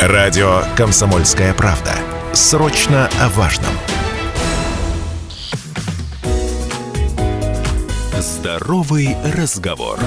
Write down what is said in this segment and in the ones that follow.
Радио «Комсомольская правда». Срочно о важном. Здоровый разговор.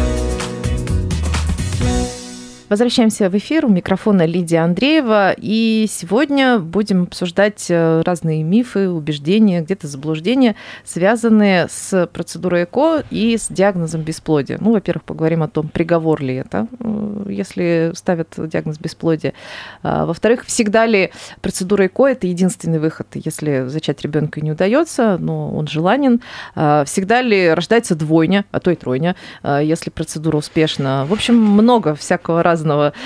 Возвращаемся в эфир. У микрофона Лидия Андреева. И сегодня будем обсуждать разные мифы, убеждения, где-то заблуждения, связанные с процедурой ЭКО и с диагнозом бесплодия. Во-первых, поговорим о том, приговор ли это, если ставят диагноз бесплодия. Во-вторых, всегда ли процедура ЭКО – это единственный выход, если зачать ребенка не удается, но он желанен. Всегда ли рождается двойня, а то и тройня, если процедура успешна. В общем, много всякого разного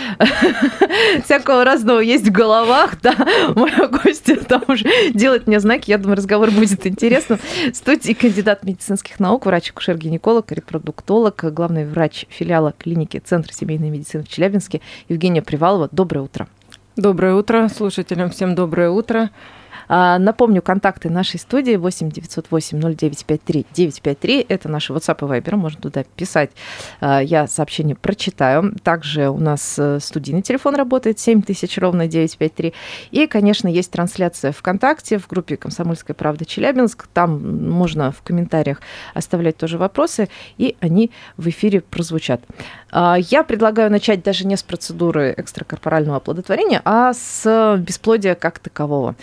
есть в головах, да, моя гостья там уже делает мне знаки, я думаю, разговор будет интересным. В студии кандидат медицинских наук, врач-акушер-гинеколог, репродуктолог, главный врач филиала клиники Центра семейной медицины в Челябинске Евгения Привалова. Доброе утро. Доброе утро, слушателям всем доброе утро. Напомню, контакты нашей студии 8 908 0953 953. Это наши WhatsApp и Viber. Можно туда писать. Я сообщение прочитаю. Также у нас студийный телефон работает 7000 ровно 953. И, конечно, есть трансляция ВКонтакте в группе «Комсомольская правда Челябинск». Там можно в комментариях оставлять тоже вопросы, и они в эфире прозвучат. Я предлагаю начать даже не с процедуры экстракорпорального оплодотворения, а с бесплодия как такового.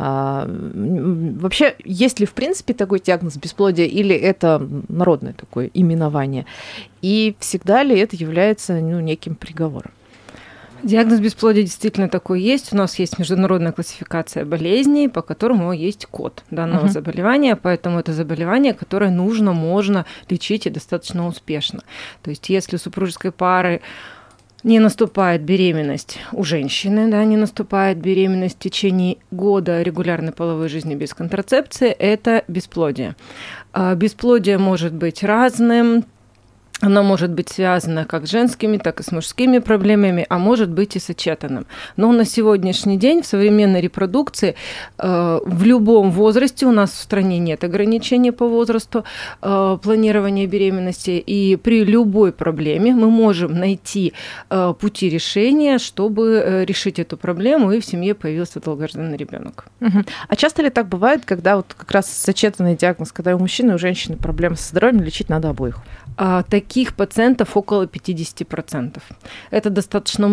Вообще, есть ли в принципе такой диагноз бесплодия, или это народное такое именование? И всегда ли это является неким приговором? Диагноз бесплодия действительно такой есть. У нас есть международная классификация болезней, по которому есть код данного заболевания, поэтому это заболевание, которое можно лечить и достаточно успешно. То есть если у супружеской пары не наступает беременность у женщины, не наступает беременность в течение года регулярной половой жизни без контрацепции, это бесплодие. Бесплодие может быть разным. Оно может быть связано как с женскими, так и с мужскими проблемами, а может быть и сочетанным. Но на сегодняшний день в современной репродукции в любом возрасте, у нас в стране нет ограничений по возрасту планирования беременности, и при любой проблеме мы можем найти пути решения, чтобы решить эту проблему, и в семье появился долгожданный ребенок. А часто ли так бывает, когда вот как раз сочетанный диагноз, когда у мужчины и у женщины проблемы со здоровьем, лечить надо обоих? Таких пациентов около 50%. Это достаточно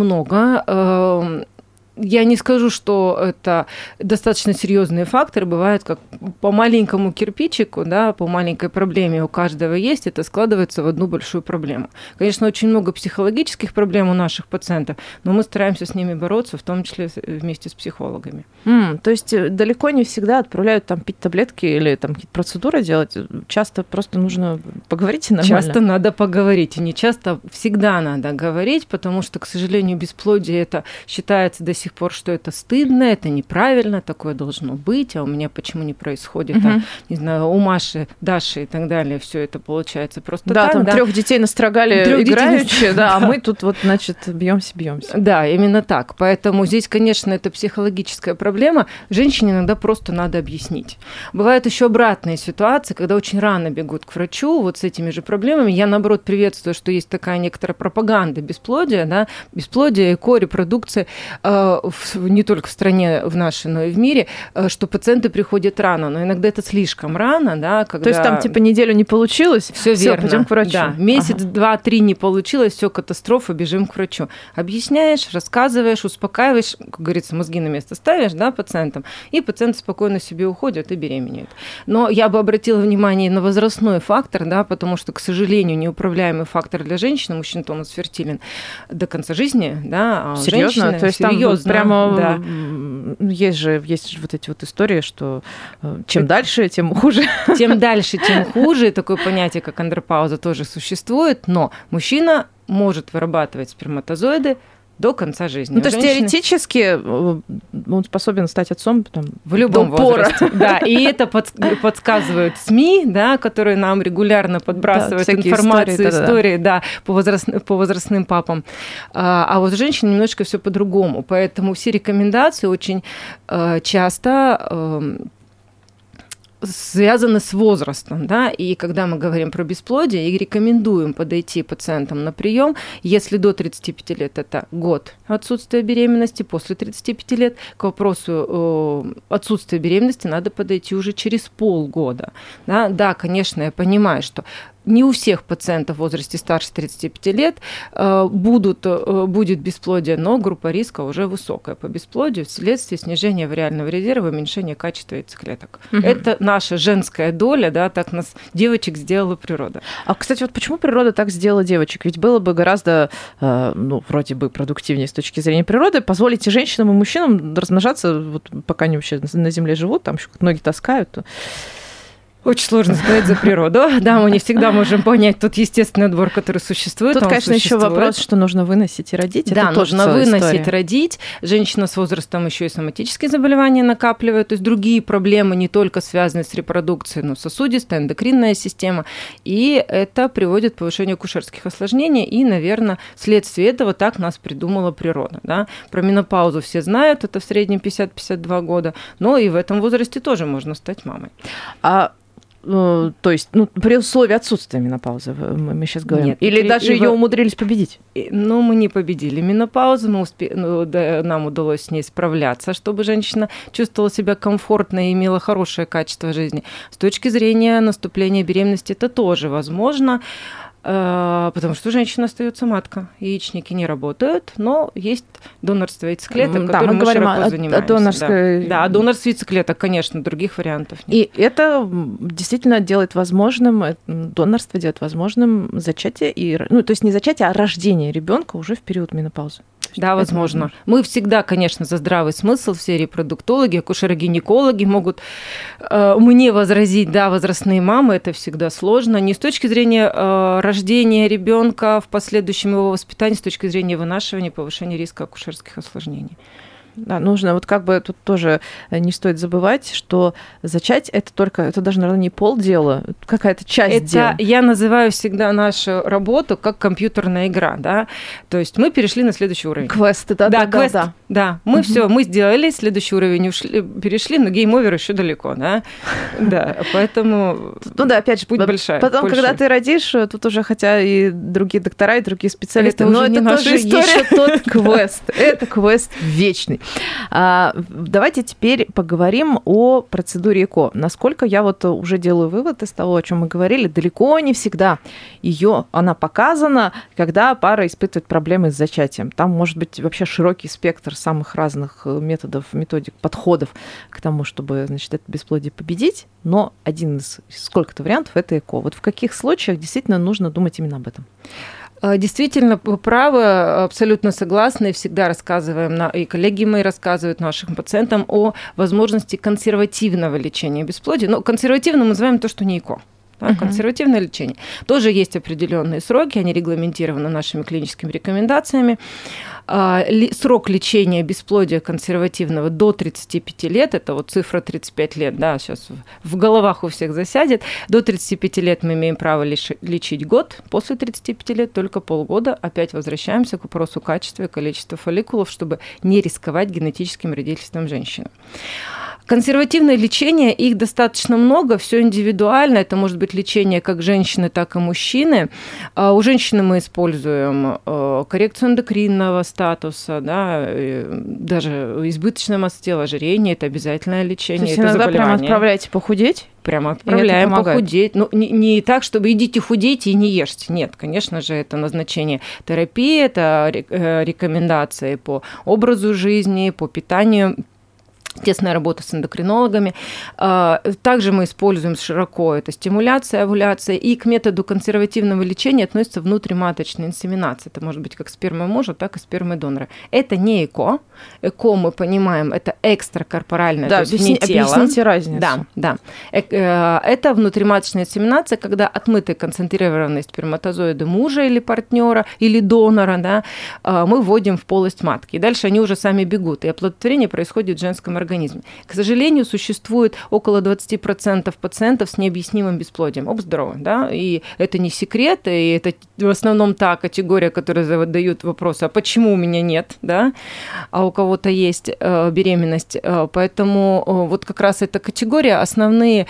много. Я не скажу, что это достаточно серьезные факторы. Бывает, как по маленькому кирпичику, по маленькой проблеме у каждого есть, это складывается в одну большую проблему. Конечно, очень много психологических проблем у наших пациентов, но мы стараемся с ними бороться, в том числе вместе с психологами. То есть далеко не всегда отправляют пить таблетки или какие-то процедуры делать? Часто просто нужно поговорить и нормально? Часто надо поговорить, и не часто, всегда надо говорить, потому что, к сожалению, бесплодие это считается до сих пор, что это стыдно, это неправильно, такое должно быть, а у меня почему не происходит, не знаю, у Маши, Даши и так далее, все это получается просто так. Да, 3 детей настрогали играючи, а мы тут бьемся. Да, именно так. Поэтому здесь, конечно, это психологическая проблема. Женщине иногда просто надо объяснить. Бывают еще обратные ситуации, когда очень рано бегут к врачу с этими же проблемами. Я, наоборот, приветствую, что есть такая некоторая пропаганда бесплодия, бесплодие, ЭКО, репродукция, не только в стране, в нашей, но и в мире, что пациенты приходят рано, но иногда это слишком рано, когда... То есть там неделю не получилось, все верно, пойдем к врачу. Да, месяц, 2-3 не получилось, все катастрофа, бежим к врачу. Объясняешь, рассказываешь, успокаиваешь, как говорится, мозги на место ставишь, пациентам, и пациент спокойно себе уходит и беременеет. Но я бы обратила внимание на возрастной фактор, потому что, к сожалению, неуправляемый фактор для женщины, мужчина-то у нас фертилен до конца жизни, а серьезно? женщины... То есть серьезно, прямо есть же эти истории, что чем дальше, тем хуже. Тем дальше, тем хуже. Такое понятие, как андропауза, тоже существует, но мужчина может вырабатывать сперматозоиды до конца жизни. То есть теоретически он способен стать отцом в любом возрасте. Да, и это подсказывают СМИ, которые нам регулярно подбрасывают информацию, истории, по возрастным папам. А вот женщин немножко все по-другому. Поэтому все рекомендации очень часто связаны с возрастом, да, и когда мы говорим про бесплодие и рекомендуем подойти пациентам на прием, если до 35 лет это год отсутствия беременности, после 35 лет к вопросу отсутствия беременности надо подойти уже через полгода. Да, конечно, я понимаю, что не у всех пациентов в возрасте старше 35 лет будет бесплодие, но группа риска уже высокая по бесплодию вследствие снижения вариального резерва, уменьшения качества яйцеклеток. Это наша женская доля, да, так нас девочек сделала природа. А, кстати, вот почему природа так сделала девочек? Ведь было бы гораздо, вроде бы продуктивнее с точки зрения природы позволить и женщинам, и мужчинам размножаться, вот пока они вообще на Земле живут, там еще ноги таскают. Очень сложно сказать за природу. Да, мы не всегда можем понять тот естественный отбор, который существует. Тут, конечно, еще вопрос, что нужно выносить и родить. Да, это тоже нужно выносить, история. родить. Женщина с возрастом еще и соматические заболевания накапливает, то есть другие проблемы, не только связанные с репродукцией, но сосудистая, эндокринная система. И это приводит к повышению акушерских осложнений. И, наверное, вследствие этого так нас придумала природа. Да? Про менопаузу все знают, это в среднем 50-52 года. Но и в этом возрасте тоже можно стать мамой. То есть, при условии отсутствия менопаузы, мы сейчас говорим. Нет, или даже ее умудрились победить? Мы не победили менопаузу, нам удалось с ней справляться, чтобы женщина чувствовала себя комфортно и имела хорошее качество жизни. С точки зрения наступления беременности это тоже возможно. Потому что у женщины остается матка, яичники не работают, но есть донорство яйцеклеток, которым мы широко занимаемся. Да, донорство яйцеклеток, конечно, других вариантов нет. И это действительно делает возможным, донорство делает возможным зачатие, то есть не зачатие, а рождение ребенка уже в период менопаузы. Да, возможно. Мы всегда, конечно, за здравый смысл, все репродуктологи, акушеры-гинекологи могут мне возразить, да, возрастные мамы, это всегда сложно, не с точки зрения рождения ребенка, в последующем его воспитании, с точки зрения вынашивания, повышения риска акушерских осложнений. Да, нужно, тут тоже не стоит забывать, что зачать это даже, наверное, не полдела, какая-то часть дела. Я называю всегда нашу работу как компьютерная игра, да, то есть мы перешли на следующий уровень. Квесты, да. Мы все, мы сделали, следующий уровень перешли, но гейм-овер еще далеко, да, поэтому опять же, путь большой. Потом, когда ты родишь, тут уже, хотя и другие доктора, и другие специалисты, но это тоже еще тот квест, это квест вечный. Давайте теперь поговорим о процедуре ЭКО. Насколько я уже делаю вывод из того, о чем мы говорили, далеко не всегда она показана, когда пара испытывает проблемы с зачатием. Там может быть вообще широкий спектр самых разных методов, методик, подходов к тому, чтобы, это бесплодие победить, но один из сколько-то вариантов – это ЭКО. Вот в каких случаях действительно нужно думать именно об этом? Действительно, вы правы, абсолютно согласны, всегда рассказываем, и коллеги мои рассказывают нашим пациентам о возможности консервативного лечения бесплодия. Но консервативным мы называем то, что не ЭКО. Консервативное лечение. Тоже есть определенные сроки, они регламентированы нашими клиническими рекомендациями. Срок лечения бесплодия консервативного до 35 лет, это цифра 35 лет, да, сейчас в головах у всех засядет. До 35 лет мы имеем право лечить год, после 35 лет только полгода. Опять возвращаемся к вопросу качества и количества фолликулов, чтобы не рисковать генетическим родительством женщины. Консервативное лечение, их достаточно много, все индивидуально. Это может быть лечение как женщины, так и мужчины. У женщины мы используем коррекцию эндокринного статуса, да, даже избыточное мастело, ожирение – это обязательное лечение. То есть иногда прямо отправляете похудеть? Прямо отправляем похудеть. Не так, чтобы идите худейте и не ешьте. Нет, конечно же, это назначение терапии, это рекомендации по образу жизни, по питанию, тесная работа с эндокринологами. Также мы используем широко это стимуляция, овуляция. И к методу консервативного лечения относится внутриматочная инсеминация. Это может быть как сперма мужа, так и спермы донора. Это не ЭКО. ЭКО, мы понимаем, это экстракорпоральное, то есть вне тела. Объясните разницу. Да. Это внутриматочная инсеминация, когда отмытые концентрированные сперматозоиды мужа или партнера, или донора, да, мы вводим в полость матки. И дальше они уже сами бегут. И оплодотворение происходит в женском организме. К сожалению, существует около 20% пациентов с необъяснимым бесплодием. Здорово, да? И это не секрет, и это в основном та категория, которая задают вопросы, а почему у меня нет, да? А у кого-то есть беременность. Поэтому вот как раз эта категория основные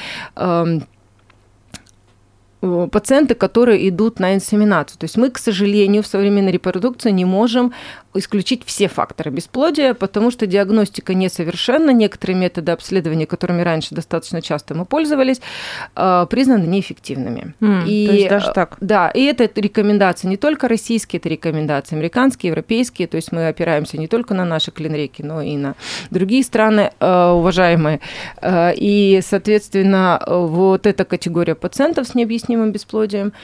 пациенты, которые идут на инсеминацию. То есть мы, к сожалению, в современной репродукции не можем исключить все факторы бесплодия, потому что диагностика несовершенна. Некоторые методы обследования, которыми раньше достаточно часто мы пользовались, признаны неэффективными. То есть даже так? Да, и это рекомендации не только российские, это рекомендации американские, европейские, то есть мы опираемся не только на наши клинреки, но и на другие страны, уважаемые. И, соответственно, вот эта категория пациентов с необъяснимым бесплодием,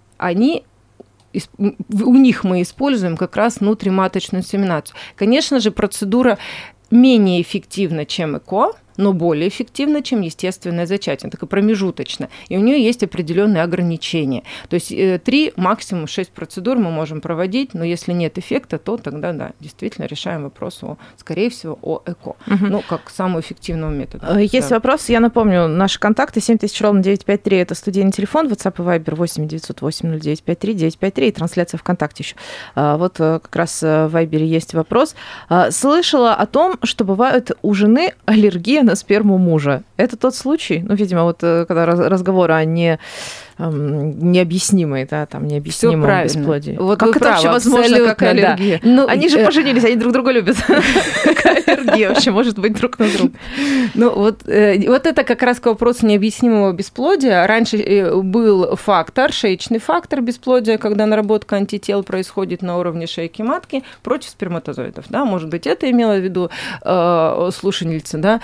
у них мы используем как раз внутриматочную инсеминацию. Конечно же, процедура менее эффективна, чем ЭКО, но более эффективна, чем естественное зачатие, такое промежуточное. И у нее есть определенные ограничения. То есть 3, максимум 6 процедур мы можем проводить, но если нет эффекта, то тогда, да, действительно решаем вопрос, скорее всего, о ЭКО. Ну, как самого эффективного метода. Есть вопрос, я напомню, наши контакты 7000-953, это студийный телефон, WhatsApp и Viber 8-908-0953, и трансляция ВКонтакте еще. Вот как раз в Viber есть вопрос. Слышала о том, что бывает у жены аллергия на сперму мужа. Это тот случай? Ну, видимо, вот когда разговор о необъяснимой, да, там, необъяснимом бесплодии. Вот как это правы, вообще возможно, как аллергия? Да. Ну, они же поженились, они друг друга любят. Какая аллергия вообще может быть друг на друга? Ну, вот это как раз к вопросу необъяснимого бесплодия. Раньше был фактор, шеечный фактор бесплодия, когда наработка антител происходит на уровне шейки матки против сперматозоидов. Да? Может быть, это имела в виду слушательница. Да?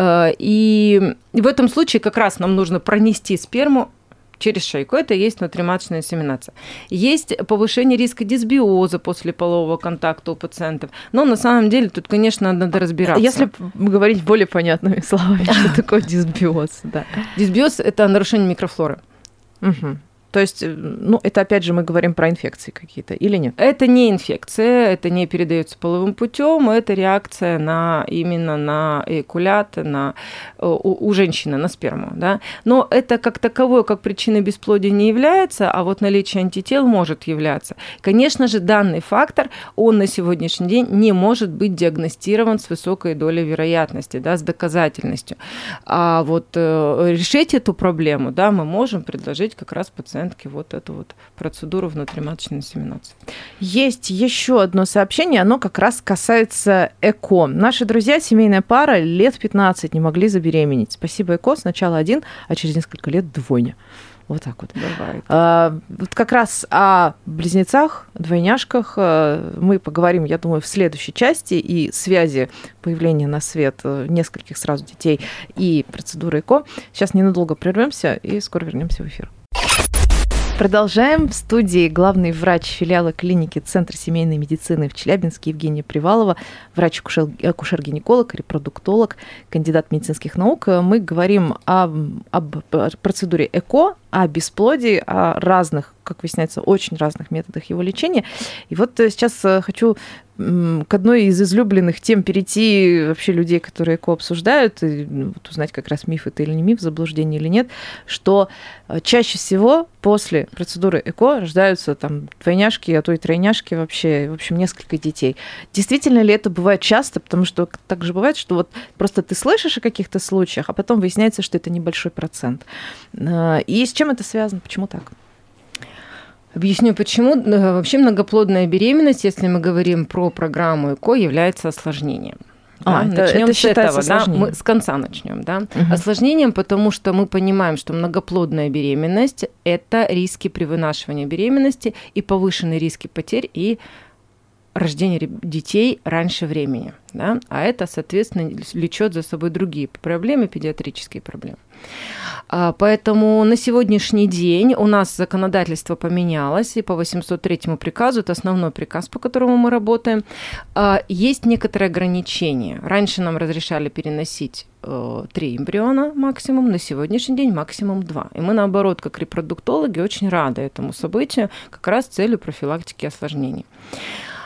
И в этом случае как раз нам нужно пронести сперму через шейку. Это и есть внутриматочная инсеминация. Есть повышение риска дисбиоза после полового контакта у пациентов. Но на самом деле тут, конечно, надо разбираться. Если говорить более понятными словами, что такое дисбиоз? Да. Дисбиоз – это нарушение микрофлоры. Угу. То есть, ну, это опять же мы говорим про инфекции какие-то или нет? Это не инфекция, это не передается половым путем, это реакция именно на эякулят, у женщины, на сперму. Да? Но это как таковое, как причина бесплодия не является, а вот наличие антител может являться. Конечно же, данный фактор, он на сегодняшний день не может быть диагностирован с высокой долей вероятности, да, с доказательностью. А вот решить эту проблему, да, мы можем предложить как раз пациентке вот эту вот процедуру внутриматочной инсеминации. Есть еще одно сообщение, оно как раз касается ЭКО. Наши друзья, семейная пара, лет 15 не могли забеременеть. Спасибо ЭКО, сначала 1, а через несколько лет 2. Вот так вот. Бывает. Вот как раз о близнецах, двойняшках мы поговорим, я думаю, в следующей части, и связи появления на свет нескольких сразу детей и процедуры ЭКО. Сейчас ненадолго прервемся и скоро вернемся в эфир. Продолжаем. В студии главный врач филиала клиники Центра семейной медицины в Челябинске Евгения Привалова, врач-акушер-гинеколог, репродуктолог, кандидат медицинских наук. Мы говорим об процедуре ЭКО, о бесплодии, о разных, как выясняется, очень разных методах его лечения. И вот сейчас хочу к одной из излюбленных тем перейти вообще людей, которые ЭКО обсуждают, и вот узнать как раз миф это или не миф, заблуждение или нет, что чаще всего после процедуры ЭКО рождаются там двойняшки, а то и тройняшки вообще, в общем, несколько детей. Действительно ли это бывает часто? Потому что так же бывает, что вот просто ты слышишь о каких-то случаях, а потом выясняется, что это небольшой процент. И с чем это связано? Почему так? Объясню, почему. Вообще многоплодная беременность, если мы говорим про программу ЭКО, является осложнением. Начнем с этого, мы с конца начнем. Да? Осложнением, потому что мы понимаем, что многоплодная беременность – это риски при вынашивании беременности и повышенные риски потерь и рождения детей раньше времени. Да? А это, соответственно, влечет за собой другие проблемы, педиатрические проблемы. Поэтому на сегодняшний день у нас законодательство поменялось, и по 803 приказу, это основной приказ, по которому мы работаем, есть некоторые ограничения. Раньше нам разрешали переносить 3 эмбриона максимум, на сегодняшний день максимум 2. И мы, наоборот, как репродуктологи, очень рады этому событию, как раз с целью профилактики осложнений.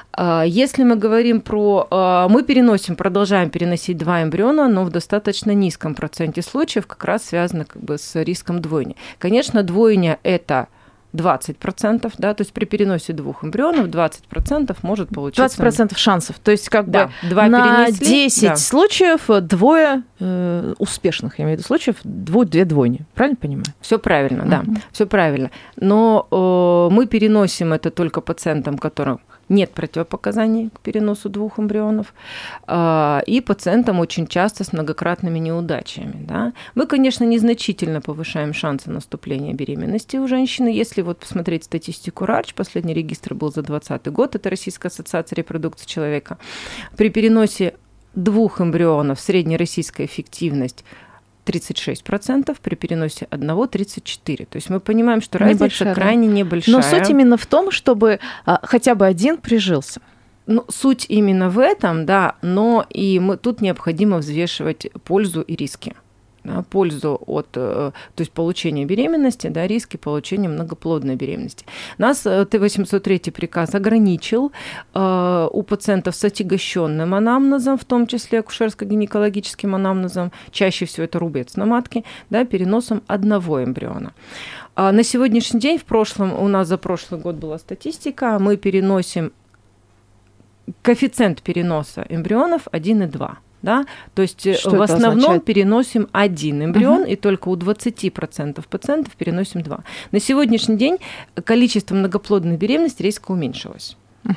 Если мы говорим про... Мы продолжаем переносить 2 эмбриона, но в достаточно низком проценте случаев, как раз связано с риском двойни. Конечно, двойня – это 20%, да, то есть при переносе 2 эмбрионов 20% может получиться... 20% шансов, то есть как бы 2 на перенесли, 10 случаев 2 успешных, я имею в виду, случаев 2 двойни, правильно понимаю? Все правильно, да, все правильно. Но мы переносим это только пациентам, которым нет противопоказаний к переносу 2 эмбрионов, и пациентам очень часто с многократными неудачами. Да. Мы, конечно, незначительно повышаем шансы наступления беременности у женщины. Если вот посмотреть статистику РАЧ, последний регистр был за 2020 год, это Российская ассоциация репродукции человека, при переносе 2 эмбрионов среднероссийская эффективность 36%, при переносе 1 – 34%. То есть мы понимаем, что разница крайне небольшая. Но суть именно в том, чтобы хотя бы один прижился. Ну, суть именно в этом, да, но и тут необходимо взвешивать пользу и риски. Да, пользу от, то есть получения беременности, да, риски получения многоплодной беременности. Нас Т-803 приказ ограничил у пациентов с отягощенным анамнезом, в том числе акушерско-гинекологическим анамнезом, чаще всего это рубец на матке, да, переносом 1 эмбриона. На сегодняшний день, у нас за прошлый год была статистика, мы переносим коэффициент переноса эмбрионов 1,2. Да? То есть что в основном означает? Переносим 1 эмбрион, и только у 20% пациентов переносим 2. На сегодняшний день количество многоплодных беременностей резко уменьшилось.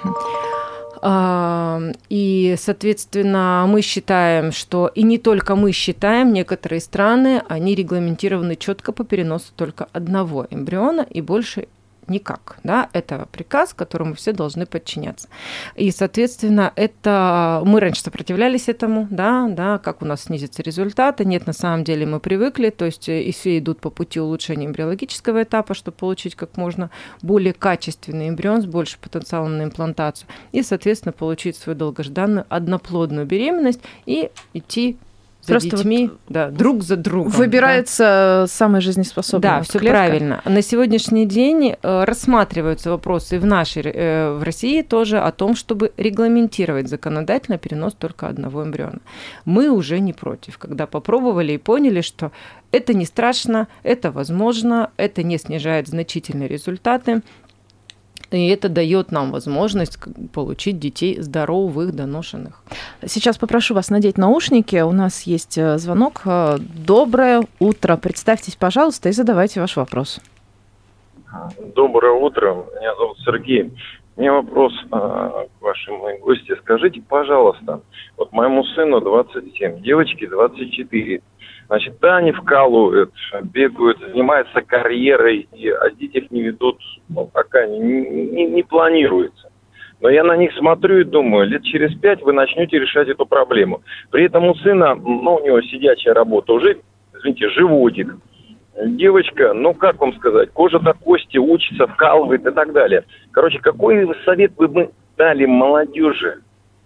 И, соответственно, мы считаем, что, и не только мы считаем, некоторые страны, они регламентированы четко по переносу только 1 эмбриона и больше никак. Да? Это приказ, которому все должны подчиняться. И, соответственно, мы раньше сопротивлялись этому, да, как у нас снизятся результаты. Нет, на самом деле мы привыкли, то есть и все идут по пути улучшения эмбриологического этапа, чтобы получить как можно более качественный эмбрион с большим потенциалом на имплантацию и, соответственно, получить свою долгожданную одноплодную беременность и идти за детьми, да, друг за другом. Выбирается самый жизнеспособный. Да, все правильно. На сегодняшний день рассматриваются вопросы в России тоже о том, чтобы регламентировать законодательно перенос только 1 эмбриона. Мы уже не против, когда попробовали и поняли, что это не страшно, это возможно, это не снижает значительные результаты. И это дает нам возможность получить детей здоровых, доношенных. Сейчас попрошу вас надеть наушники. У нас есть звонок. Доброе утро. Представьтесь, пожалуйста, и задавайте ваш вопрос. Доброе утро. Меня зовут Сергей. У меня вопрос к вашей моей гости. Скажите, пожалуйста, вот моему сыну 27, девочке 24. Значит, да, они вкалывают, бегают, занимаются карьерой, а детей не ведут, пока не планируется. Но я на них смотрю и думаю, лет через 5 вы начнете решать эту проблему. При этом у сына, у него сидячая работа, уже, извините, животик. Девочка, как вам сказать, кожа до кости, учится, вкалывает и так далее. Короче, какой совет вы бы дали молодежи,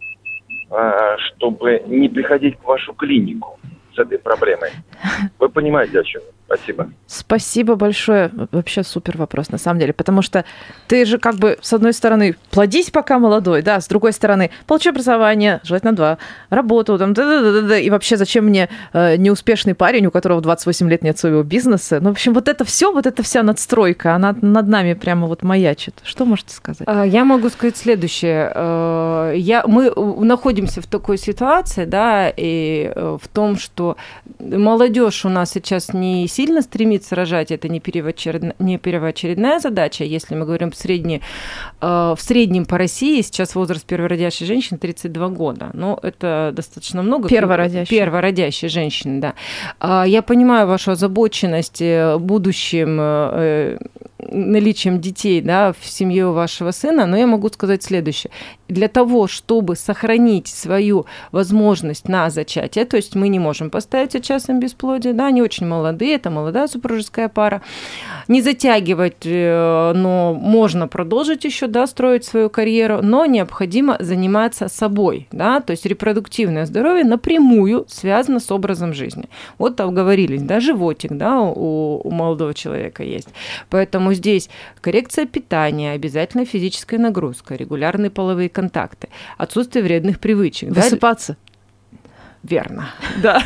чтобы не приходить в вашу клинику с этой проблемой? Вы понимаете, о чем? Спасибо. Спасибо большое. Вообще супер вопрос, на самом деле. Потому что ты же как бы, с одной стороны, плодись пока молодой, да, с другой стороны, получи образование, желательно 2, работу, там, и вообще зачем мне неуспешный парень, у которого в 28 лет нет своего бизнеса? Ну, в общем, вот эта вся надстройка, она над нами прямо вот маячит. Что можете сказать? Я могу сказать следующее. Мы находимся в такой ситуации, да, и в том, что молодежь у нас сейчас не сильно стремится рожать, это не первоочередная задача. Если мы говорим в среднем по России, сейчас возраст первородящей женщины 32 года. Но это достаточно много. Первородящей женщины, да. Я понимаю вашу озабоченность будущим наличием детей, да, в семье у вашего сына, но я могу сказать следующее. Для того, чтобы сохранить свою возможность на зачатие, то есть мы не можем поставить сейчас им бесплодие, да, они очень молодые, это молодая супружеская пара, не затягивать, но можно продолжить еще, да, строить свою карьеру, но необходимо заниматься собой, да, то есть репродуктивное здоровье напрямую связано с образом жизни. Вот обговорились, да, животик, да, у молодого человека есть. Поэтому здесь коррекция питания, обязательно физическая нагрузка, регулярные половые контакты, отсутствие вредных привычек. Высыпаться. Верно, да.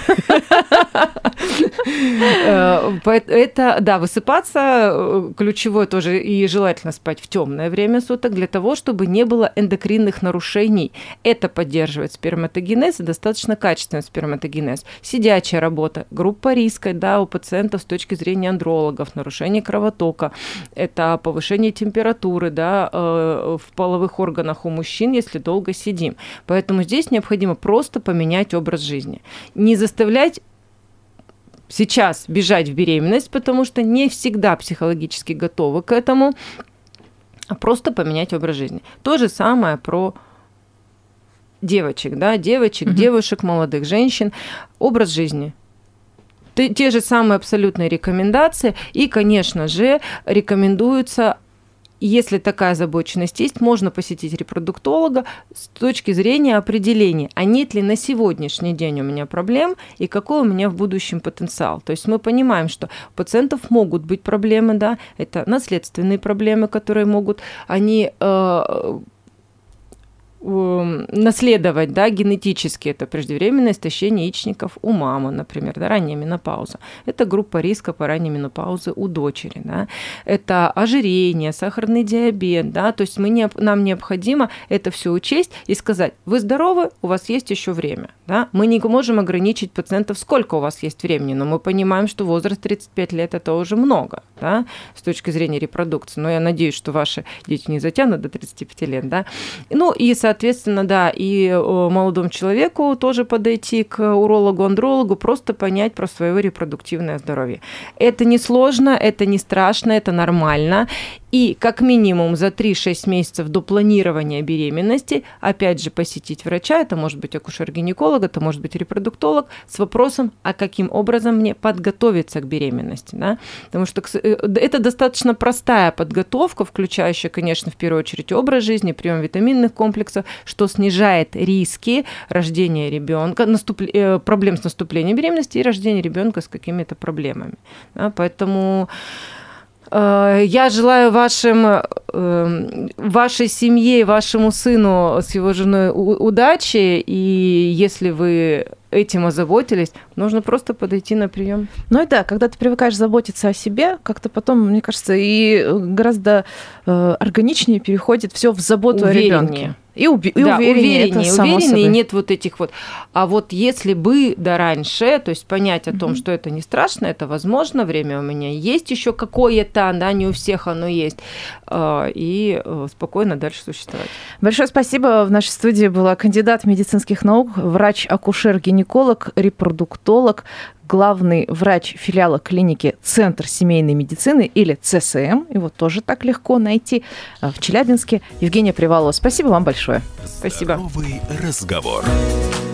Это, да, высыпаться ключевое тоже, и желательно спать в темное время суток для того, чтобы не было эндокринных нарушений. Это поддерживает сперматогенез, и достаточно качественный сперматогенез. Сидячая работа, группа риска, да, у пациентов с точки зрения андрологов, нарушение кровотока, это повышение температуры, да, в половых органах у мужчин, если долго сидим. Поэтому здесь необходимо просто поменять образ жизни. Не заставлять сейчас бежать в беременность, потому что не всегда психологически готовы к этому, а просто поменять образ жизни. То же самое про девочек, да, девушек, молодых женщин. Образ жизни. Те же самые абсолютные рекомендации. И, конечно же, рекомендуются, если такая озабоченность есть, можно посетить репродуктолога с точки зрения определения, а нет ли на сегодняшний день у меня проблем и какой у меня в будущем потенциал. То есть мы понимаем, что у пациентов могут быть проблемы, да, это наследственные проблемы, которые могут они наследовать, да, генетически. Это преждевременное истощение яичников у мамы, например, да, ранняя менопауза. Это группа риска по ранней менопаузе у дочери. Да. Это ожирение, сахарный диабет. Да. То есть нам необходимо это все учесть и сказать, вы здоровы, у вас есть еще время. Да. Мы не можем ограничить пациентов, сколько у вас есть времени, но мы понимаем, что возраст 35 лет – это уже много, да, с точки зрения репродукции. Но я надеюсь, что ваши дети не затянут до 35 лет. Да. Ну и, соответственно, да, и молодому человеку тоже подойти к урологу, андрологу, просто понять про свое репродуктивное здоровье. Это не сложно, это не страшно, это нормально. И как минимум за 3-6 месяцев до планирования беременности опять же посетить врача, это может быть акушер-гинеколог, это может быть репродуктолог, с вопросом, а каким образом мне подготовиться к беременности. Да? Потому что это достаточно простая подготовка, включающая, конечно, в первую очередь образ жизни, прием витаминных комплексов, что снижает риски рождения ребенка, проблем с наступлением беременности и рождения ребенка с какими-то проблемами. Да? Поэтому я желаю вашей семье, вашему сыну с его женой удачи, и если вы этим озаботились, нужно просто подойти на прием. Ну и да, когда ты привыкаешь заботиться о себе, как-то потом, мне кажется, и гораздо органичнее переходит все в заботу о ребенке. И увереннее, нет вот этих вот. А вот если бы раньше, то есть понять о том, что это не страшно, это возможно, время у меня есть еще какое-то, да, не у всех оно есть, и спокойно дальше существовать. Большое спасибо. В нашей студии была кандидат медицинских наук, врач-акушер-гинеколог, репродуктолог, главный врач филиала клиники «Центр семейной медицины» или ЦСМ, его тоже так легко найти, в Челябинске, Евгения Привалова. Спасибо вам большое. Спасибо. Здоровый разговор.